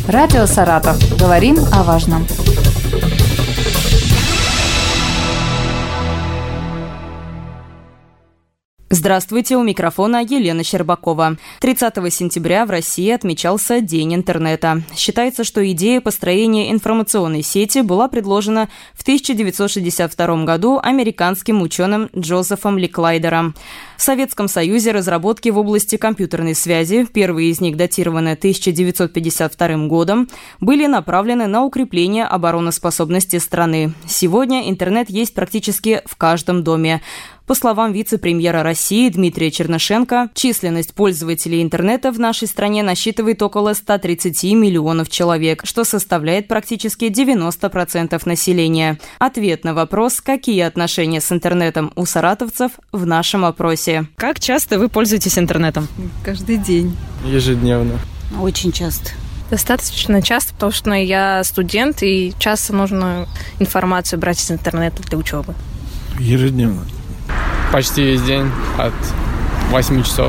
Радио «Саратов». Говорим о важном. Здравствуйте, у микрофона Елена Щербакова. 30 сентября в России отмечался День интернета. Считается, что идея построения информационной сети была предложена в 1962 году американским ученым Джозефом Ликлайдером. В Советском Союзе разработки в области компьютерной связи, первые из них датированы 1952 годом, были направлены на укрепление обороноспособности страны. Сегодня интернет есть практически в каждом доме. По словам вице-премьера России Дмитрия Чернышенко, численность пользователей интернета в нашей стране насчитывает около 130 миллионов человек, что составляет практически 90% населения. Ответ на вопрос, какие отношения с интернетом у саратовцев, в нашем опросе. Как часто вы пользуетесь интернетом? Каждый день. Ежедневно. Очень часто. Достаточно часто, потому что я студент, и часто нужно информацию брать из интернета для учебы. Ежедневно. Почти весь день, от 8 часов.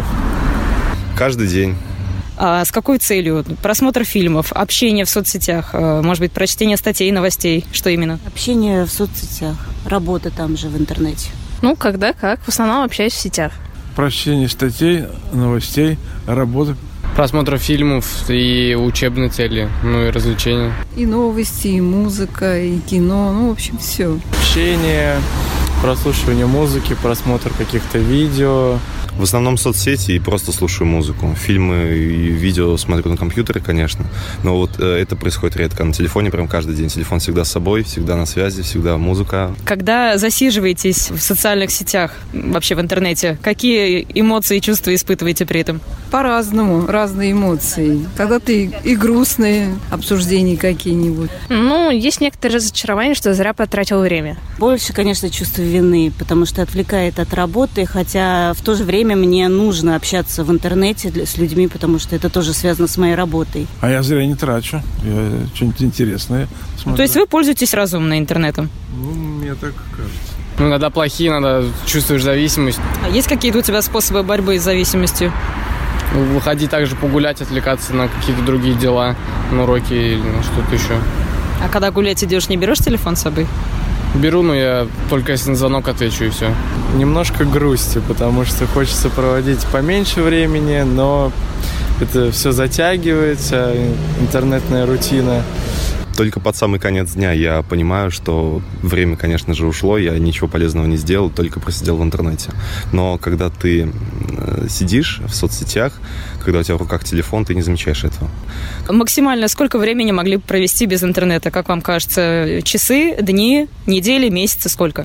Каждый день. А с какой целью? Просмотр фильмов, общение в соцсетях, может быть, прочтение статей, новостей? Что именно? Общение в соцсетях, работа там же в интернете. Когда как. В основном общаюсь в сетях. Прочтение статей, новостей, работа. Просмотр фильмов и учебные цели, и развлечения. И новости, и музыка, и кино, в общем, все. Общение, прослушивание музыки, просмотр каких-то видео. В основном соцсети и просто слушаю музыку. Фильмы и видео смотрю на компьютере, конечно. Но это происходит редко. На телефоне прям каждый день. Телефон всегда с собой, всегда на связи, всегда музыка. Когда засиживаетесь в социальных сетях, вообще в интернете, какие эмоции и чувства испытываете при этом? По-разному, разные эмоции. Когда-то и грустные обсуждения какие-нибудь. Есть некоторые разочарования, что зря потратил время. Больше, конечно, чувство вины, потому что отвлекает от работы, хотя в то же время мне нужно общаться в интернете с людьми, потому что это тоже связано с моей работой. А я зря не трачу. Я что-нибудь интересное смотрю. То есть вы пользуетесь разумно интернетом? Мне так кажется. Иногда плохие, иногда чувствуешь зависимость. А есть какие-то у тебя способы борьбы с зависимостью? Выходить также погулять, отвлекаться на какие-то другие дела, на уроки или на что-то еще. А когда гулять идешь, не берешь телефон с собой? Беру, но я только если на звонок отвечу, и все. Немножко грусти, потому что хочется проводить поменьше времени, но это все затягивается, интернетная рутина. Только под самый конец дня я понимаю, что время, конечно же, ушло, я ничего полезного не сделал, только просидел в интернете. Но когда ты сидишь в соцсетях, когда у тебя в руках телефон, ты не замечаешь этого. Максимально сколько времени могли бы провести без интернета, как вам кажется? Часы, дни, недели, месяцы, сколько?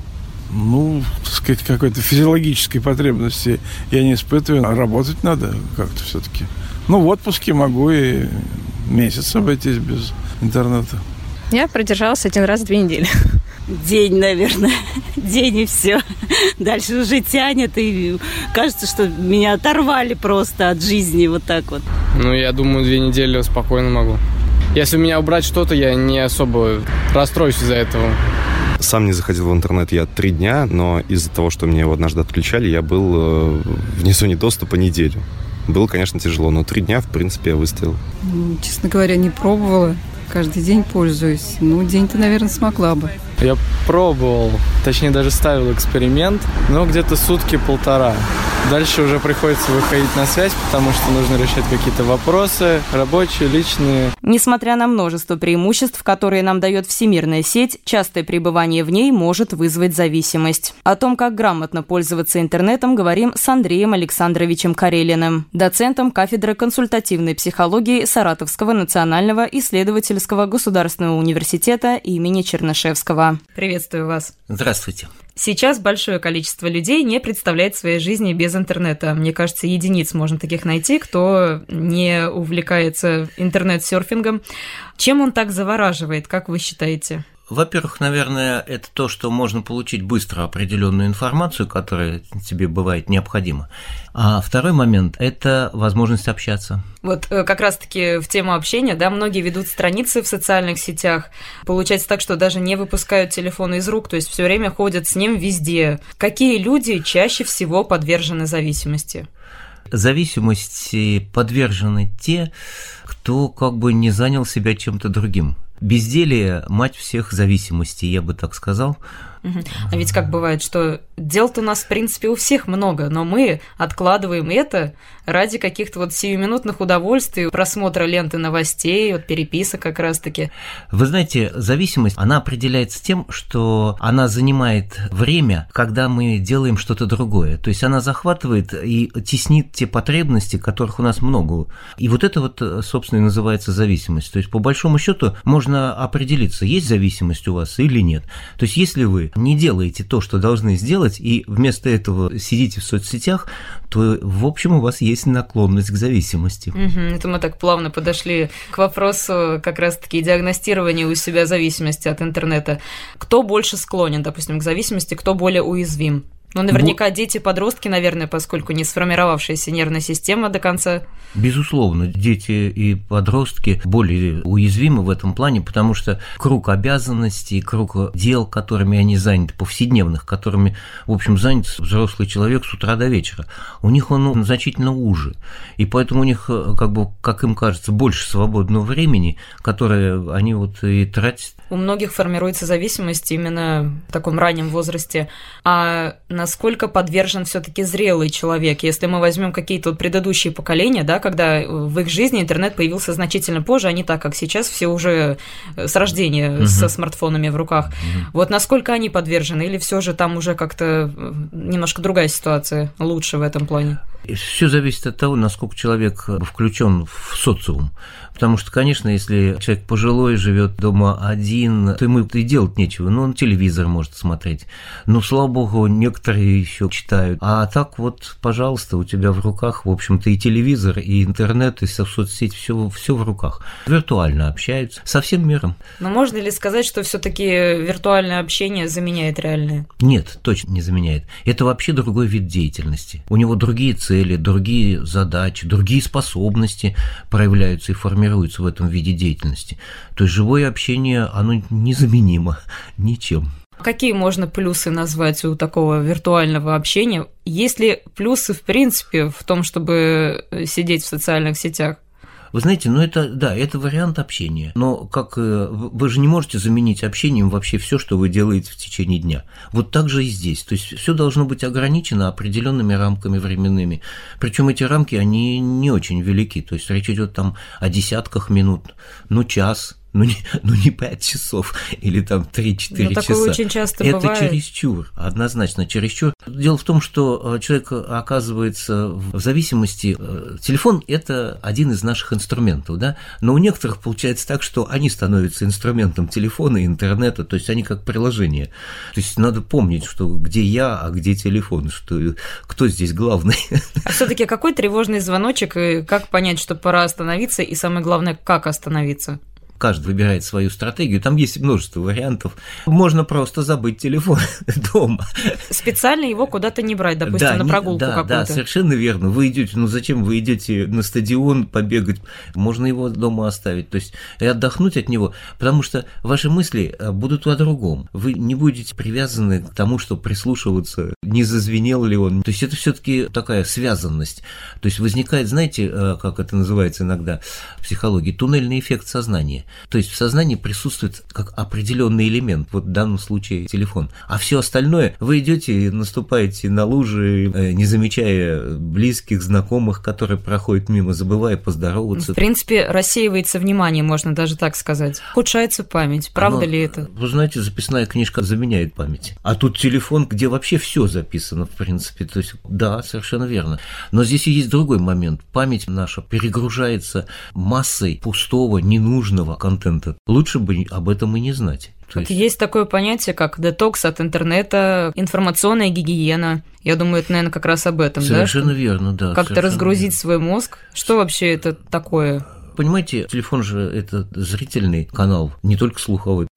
Так сказать, какой-то физиологической потребности я не испытываю. А работать надо как-то все-таки. В отпуске могу и месяц обойтись без интернета. Я продержалась 1 раз в 2 недели. День, наверное. День и все. Дальше уже тянет, и кажется, что меня оторвали просто от жизни вот так вот. Я думаю, 2 недели спокойно могу. Если у меня убрать что-то, я не особо расстроюсь из-за этого. Сам не заходил в интернет я 3 дня, но из-за того, что меня его однажды отключали, я был вне зоне доступа неделю. Было, конечно, тяжело, но 3 дня, в принципе, я выстоял. Честно говоря, не пробовала. Каждый день пользуюсь. День-то, наверное, смогла бы. Я пробовал, точнее даже ставил эксперимент, но где-то сутки-полтора. Дальше уже приходится выходить на связь, потому что нужно решать какие-то вопросы, рабочие, личные. Несмотря на множество преимуществ, которые нам дает всемирная сеть, частое пребывание в ней может вызвать зависимость. О том, как грамотно пользоваться интернетом, говорим с Андреем Александровичем Карелиным, доцентом кафедры консультативной психологии Саратовского национального исследовательского государственного университета имени Чернышевского. Приветствую вас. Здравствуйте. Сейчас большое количество людей не представляет своей жизни без интернета. Мне кажется, единиц можно таких найти, кто не увлекается интернет-серфингом. Чем он так завораживает, как вы считаете? Во-первых, наверное, это то, что можно получить быстро определенную информацию, которая тебе бывает необходима. А второй момент – это возможность общаться. Вот как раз-таки в тему общения, да, многие ведут страницы в социальных сетях. Получается так, что даже не выпускают телефон из рук, то есть все время ходят с ним везде. Какие люди чаще всего подвержены зависимости? Зависимости подвержены те, кто как бы не занял себя чем-то другим. Безделие – мать всех зависимостей, я бы так сказал. А ведь как бывает, что дел-то у нас, в принципе, у всех много, но мы откладываем это ради каких-то вот сиюминутных удовольствий, просмотра ленты новостей, вот переписок как раз-таки. Вы знаете, зависимость, она определяется тем, что она занимает время, когда мы делаем что-то другое. То есть она захватывает и теснит те потребности, которых у нас много. И вот это вот, собственно, и называется зависимость. То есть, по большому счету, можно определиться, есть зависимость у вас или нет. То есть, если вы не делаете то, что должны сделать, и вместо этого сидите в соцсетях, то, в общем, у вас есть наклонность к зависимости. Это мы так плавно подошли к вопросу как раз-таки диагностирования у себя зависимости от интернета. Кто больше склонен, допустим, к зависимости, кто более уязвим? Ну, наверняка дети, подростки, наверное, поскольку не сформировавшаяся нервная система до конца. Безусловно, дети и подростки более уязвимы в этом плане, потому что круг обязанностей, круг дел, которыми они заняты, повседневных, которыми, в общем, занят взрослый человек с утра до вечера, у них он значительно уже. И поэтому у них, как бы, как им кажется, больше свободного времени, которое они вот и тратят. У многих формируется зависимость именно в таком раннем возрасте. А насколько подвержен все-таки зрелый человек? Если мы возьмем какие-то вот предыдущие поколения, да, когда в их жизни интернет появился значительно позже, а не так, как сейчас, все уже с рождения со смартфонами в руках. Вот насколько они подвержены? Или все же там уже как-то немножко другая ситуация, лучше в этом плане? Все зависит от того, насколько человек включен в социум. Потому что, конечно, если человек пожилой, живет дома один, то ему и делать нечего. Ну, он телевизор может смотреть. Ну, слава богу, некоторые еще читают. А так вот, пожалуйста, у тебя в руках, в общем-то, и телевизор, и интернет, и соцсети, все в руках. Виртуально общаются со всем миром. Но можно ли сказать, что все-таки виртуальное общение заменяет реальное? Нет, точно не заменяет. Это вообще другой вид деятельности. У него другие цели, другие задачи, другие способности проявляются и формируются в этом виде деятельности. То есть живое общение, оно незаменимо ничем. Какие можно плюсы назвать у такого виртуального общения? Есть ли плюсы, в принципе, в том, чтобы сидеть в социальных сетях? Вы знаете, ну это, да, это вариант общения, но как вы же не можете заменить общением вообще все, что вы делаете в течение дня. Вот так же и здесь. То есть все должно быть ограничено определенными рамками временными. Причем эти рамки, они не очень велики. То есть речь идет там о десятках минут, ну час. Ну не 5 часов или там 3-4 часа. Такое очень часто это бывает. чересчур, однозначно чересчур. Дело в том, что человек оказывается в зависимости. Телефон – это один из наших инструментов, да? Но у некоторых получается так, что они становятся инструментом телефона и интернета, то есть они как приложение. То есть надо помнить, что где я, а где телефон, что кто здесь главный. А все-таки какой тревожный звоночек, и как понять, что пора остановиться, и самое главное, как остановиться? Каждый выбирает свою стратегию, там есть множество вариантов. Можно просто забыть телефон дома. Специально его куда-то не брать, допустим, на прогулку какую-то. Да, совершенно верно. Вы идете, ну зачем вы идете на стадион побегать? Можно его дома оставить, то есть и отдохнуть от него, потому что ваши мысли будут о другом. Вы не будете привязаны к тому, что прислушиваться, не зазвенел ли он. То есть это все-таки такая связанность. То есть возникает, знаете, как это называется иногда в психологии, туннельный эффект сознания. То есть в сознании присутствует как определенный элемент, вот в данном случае телефон. А все остальное, вы идете и наступаете на лужи, не замечая близких, знакомых, которые проходят мимо, забывая поздороваться. В принципе, рассеивается внимание, можно даже так сказать. Ухудшается память. Правда ли это? Вы знаете, записная книжка заменяет память. А тут телефон, где вообще все записано, в принципе. То есть, да, совершенно верно. Но здесь и есть другой момент. Память наша перегружается массой пустого, ненужного контента. Лучше бы об этом и не знать. Есть такое понятие, как детокс от интернета, информационная гигиена. Я думаю, это, наверное, как раз об этом, совершенно верно, да. Как-то разгрузить свой мозг. Что вообще это такое? Понимаете, телефон же это зрительный канал, не только слуховой.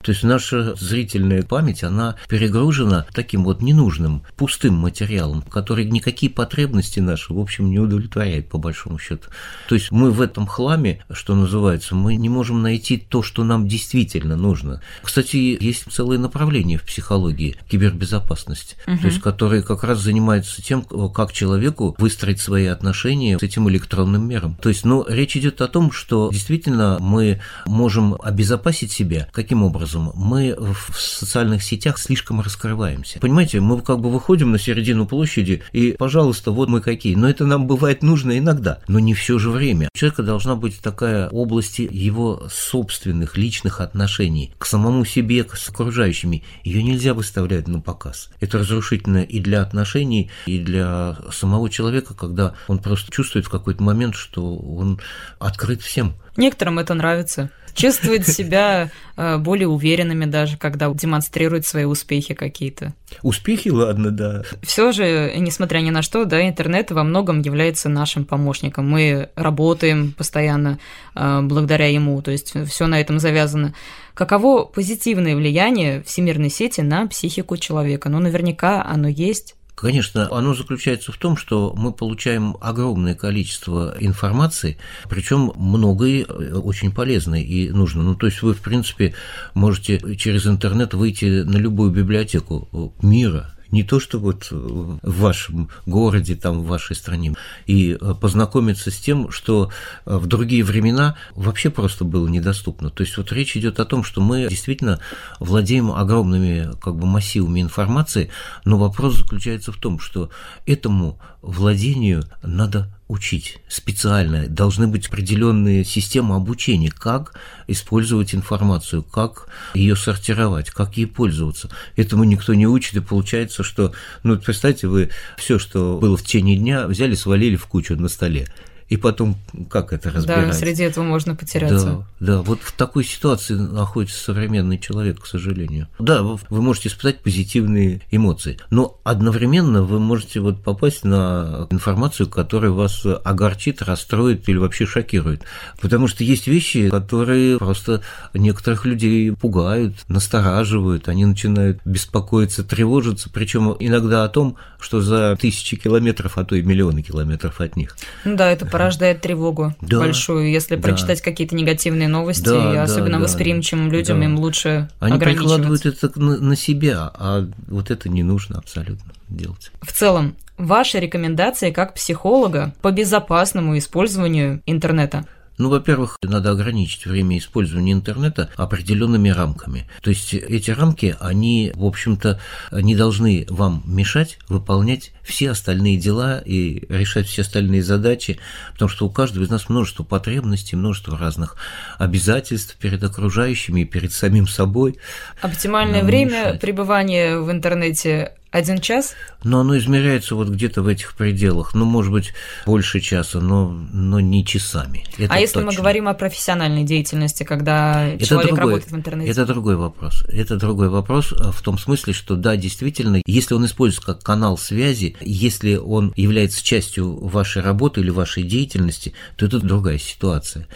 То есть наша зрительная память, она перегружена таким вот ненужным, пустым материалом, который никакие потребности наши, в общем, не удовлетворяет, по большому счету. То есть мы в этом хламе, что называется, мы не можем найти то, что нам действительно нужно. Кстати, есть целое направление в психологии – кибербезопасность, то есть которые как раз занимаются тем, как человеку выстроить свои отношения с этим электронным миром. То есть, речь идет о том, что действительно мы можем обезопасить себя. Каким образом? Мы в социальных сетях слишком раскрываемся. Понимаете, мы как бы выходим на середину площади и, пожалуйста, вот мы какие. Но это нам бывает нужно иногда, но не все же время. У человека должна быть такая область его собственных личных отношений к самому себе, с окружающими. Ее нельзя выставлять на показ. Это разрушительно и для отношений, и для самого человека, когда он просто чувствует в какой-то момент, что он открыт всем. Некоторым это нравится. Чувствует себя более уверенными даже, когда демонстрирует свои успехи какие-то. Успехи, ладно, да. Все же, несмотря ни на что, да, интернет во многом является нашим помощником. Мы работаем постоянно благодаря ему, то есть все на этом завязано. Каково позитивное влияние всемирной сети на психику человека? Наверняка оно есть. Конечно, оно заключается в том, что мы получаем огромное количество информации, причем многое очень полезное и нужно. То есть вы, в принципе, можете через интернет выйти на любую библиотеку мира, не то, что вот в вашем городе, там, в вашей стране, и познакомиться с тем, что в другие времена вообще просто было недоступно. То есть вот речь идет о том, что мы действительно владеем огромными массивами информации, но вопрос заключается в том, что этому владению надо учить специально. Должны быть определенные системы обучения, как использовать информацию, как ее сортировать, как ей пользоваться. Этому никто не учит, и получается, что, представьте, вы все, что было в течение дня, взяли, свалили в кучу на столе. И потом, как это разбирать? Да, среди этого можно потеряться. Да, вот в такой ситуации находится современный человек, к сожалению. Да, вы можете испытать позитивные эмоции, но одновременно вы можете попасть на информацию, которая вас огорчит, расстроит или вообще шокирует. Потому что есть вещи, которые просто некоторых людей пугают, настораживают, они начинают беспокоиться, тревожиться, причем иногда о том, что за тысячи километров, а то и миллионы километров от них. Да, это порождает тревогу большую, если прочитать какие-то негативные новости, и особенно восприимчивым людям им лучше они ограничиваться. Они прикладывают это на себя, а вот это не нужно абсолютно делать. В целом, ваши рекомендации как психолога по безопасному использованию интернета? Во-первых, надо ограничить время использования интернета определенными рамками. То есть эти рамки, они, в общем-то, не должны вам мешать выполнять все остальные дела и решать все остальные задачи, потому что у каждого из нас множество потребностей, множество разных обязательств перед окружающими и перед самим собой. Оптимальное время пребывания в интернете 1 час? Но оно измеряется где-то в этих пределах, может быть, больше часа, но не часами. Это если точно. Мы говорим о профессиональной деятельности, когда человек работает в интернете? Это другой вопрос. Это другой вопрос в том смысле, что да, действительно, если он используется как канал связи, если он является частью вашей работы или вашей деятельности, то это другая ситуация.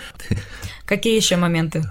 Какие еще моменты?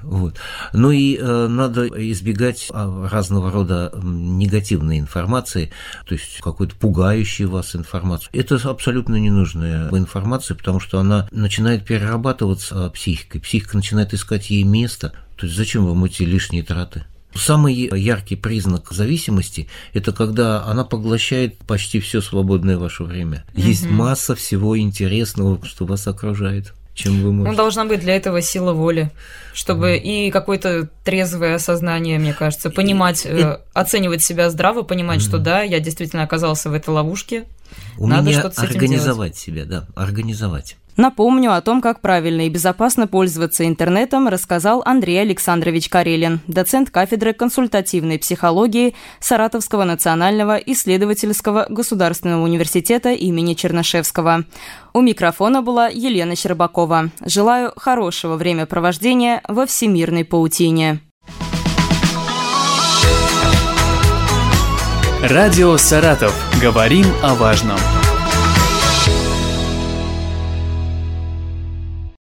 И надо избегать разного рода негативной информации, то есть какой-то пугающей вас информацию. Это абсолютно ненужная информация, потому что она начинает перерабатываться психикой. Психика начинает искать ей место. То есть зачем вам эти лишние траты? Самый яркий признак зависимости – это когда она поглощает почти все свободное ваше время. Есть масса всего интересного, что вас окружает. Чем вы можете. Должна быть для этого сила воли, чтобы и какое-то трезвое осознание, мне кажется, понимать, оценивать себя здраво, понимать, что да, я действительно оказался в этой ловушке, надо что-то с этим организовать делать. себя, организовать. Напомню, о том, как правильно и безопасно пользоваться интернетом, рассказал Андрей Александрович Карелин, доцент кафедры консультативной психологии Саратовского национального исследовательского государственного университета имени Чернышевского. У микрофона была Елена Щербакова. Желаю хорошего времяпровождения во всемирной паутине. Радио «Саратов». Говорим о важном.